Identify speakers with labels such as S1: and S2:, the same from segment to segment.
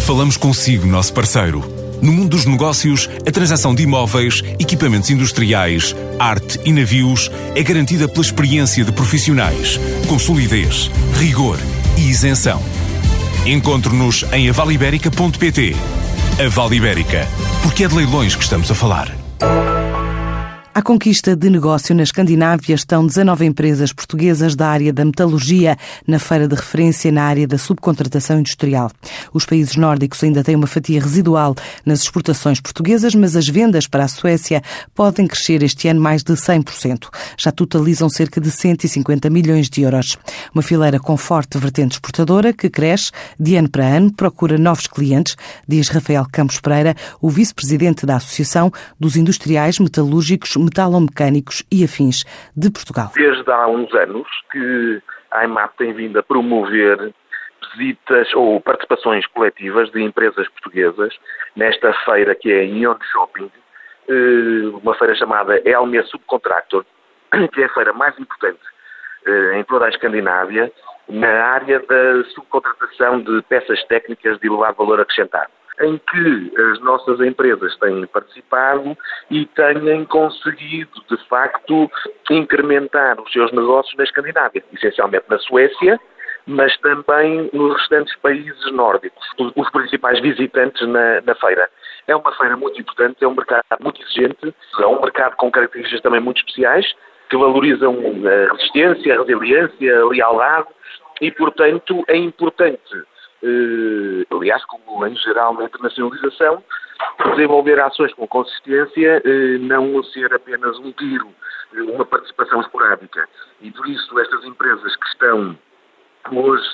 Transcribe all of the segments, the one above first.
S1: falamos consigo, nosso parceiro. No mundo dos negócios, a transação de imóveis, equipamentos industriais, arte e navios é garantida pela experiência de profissionais, com solidez, rigor e isenção. Encontre-nos em avaliberica.pt. A Vale Ibérica, porque é de leilões que estamos a falar.
S2: À conquista de negócio na Escandinávia estão 19 empresas portuguesas da área da metalurgia na feira de referência na área da subcontratação industrial. Os países nórdicos ainda têm uma fatia residual nas exportações portuguesas, mas as vendas para a Suécia podem crescer este ano mais de 100%. Já totalizam cerca de 150 milhões de euros. Uma fileira com forte vertente exportadora que cresce de ano para ano, procura novos clientes, diz Rafael Campos Pereira, o vice-presidente da Associação dos Industriais Metalúrgicos, Metalomecânicos e Afins de Portugal.
S3: Desde há uns anos que a AIMAP tem vindo a promover visitas ou participações coletivas de empresas portuguesas nesta feira que é em Ion Shopping, uma feira chamada Elmia Subcontractor, que é a feira mais importante em toda a Escandinávia na área da subcontratação de peças técnicas de elevado valor acrescentado, em que as nossas empresas têm participado e têm conseguido, de facto, incrementar os seus negócios na Escandinávia, essencialmente na Suécia, mas também nos restantes países nórdicos, os principais visitantes na feira. É uma feira muito importante, é um mercado muito exigente, é um mercado com características também muito especiais, que valorizam a resistência, a resiliência, a lealdade e, portanto, é importante, aliás, como em geral na internacionalização, desenvolver ações com consistência, não ser apenas um tiro, uma participação esporádica. E por isso estas empresas que estão hoje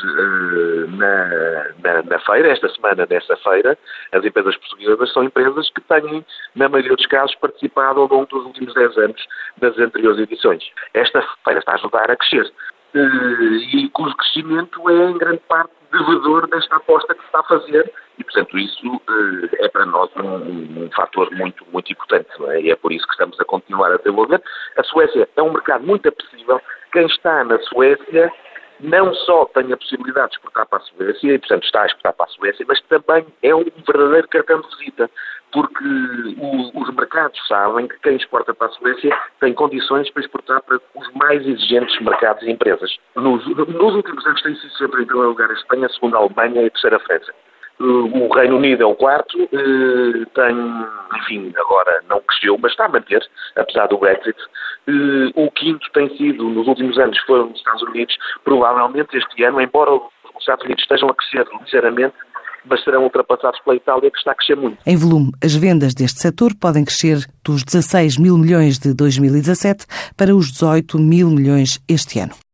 S3: na feira, esta semana nessa feira, as empresas portuguesas são empresas que têm, na maioria dos casos, participado ao longo dos últimos 10 anos das anteriores edições. Esta feira está a ajudar a crescer e cujo crescimento é em grande parte devedor desta aposta que se está a fazer e, portanto, isso é para nós um fator muito, muito importante, não é? E é por isso que estamos a continuar a desenvolver. A Suécia é um mercado muito apetecível. Quem está na Suécia não só tem a possibilidade de exportar para a Suécia e, portanto, está a exportar para a Suécia, mas também é um verdadeiro cartão de visita, porque os mercados sabem que quem exporta para a Suécia tem condições para exportar para os mais exigentes mercados e empresas. Nos últimos anos tem sido sempre em primeiro lugar a Espanha, a segunda a Alemanha e a terceira a França. O Reino Unido é o quarto, tem, enfim, agora não cresceu, mas está a manter, apesar do Brexit. O quinto tem sido, nos últimos anos, foram os Estados Unidos. Provavelmente este ano, embora os Estados Unidos estejam a crescer ligeiramente, mas serão ultrapassados pela Itália, que está a crescer muito.
S2: Em volume, as vendas deste setor podem crescer dos 16 mil milhões de 2017 para os 18 mil milhões este ano.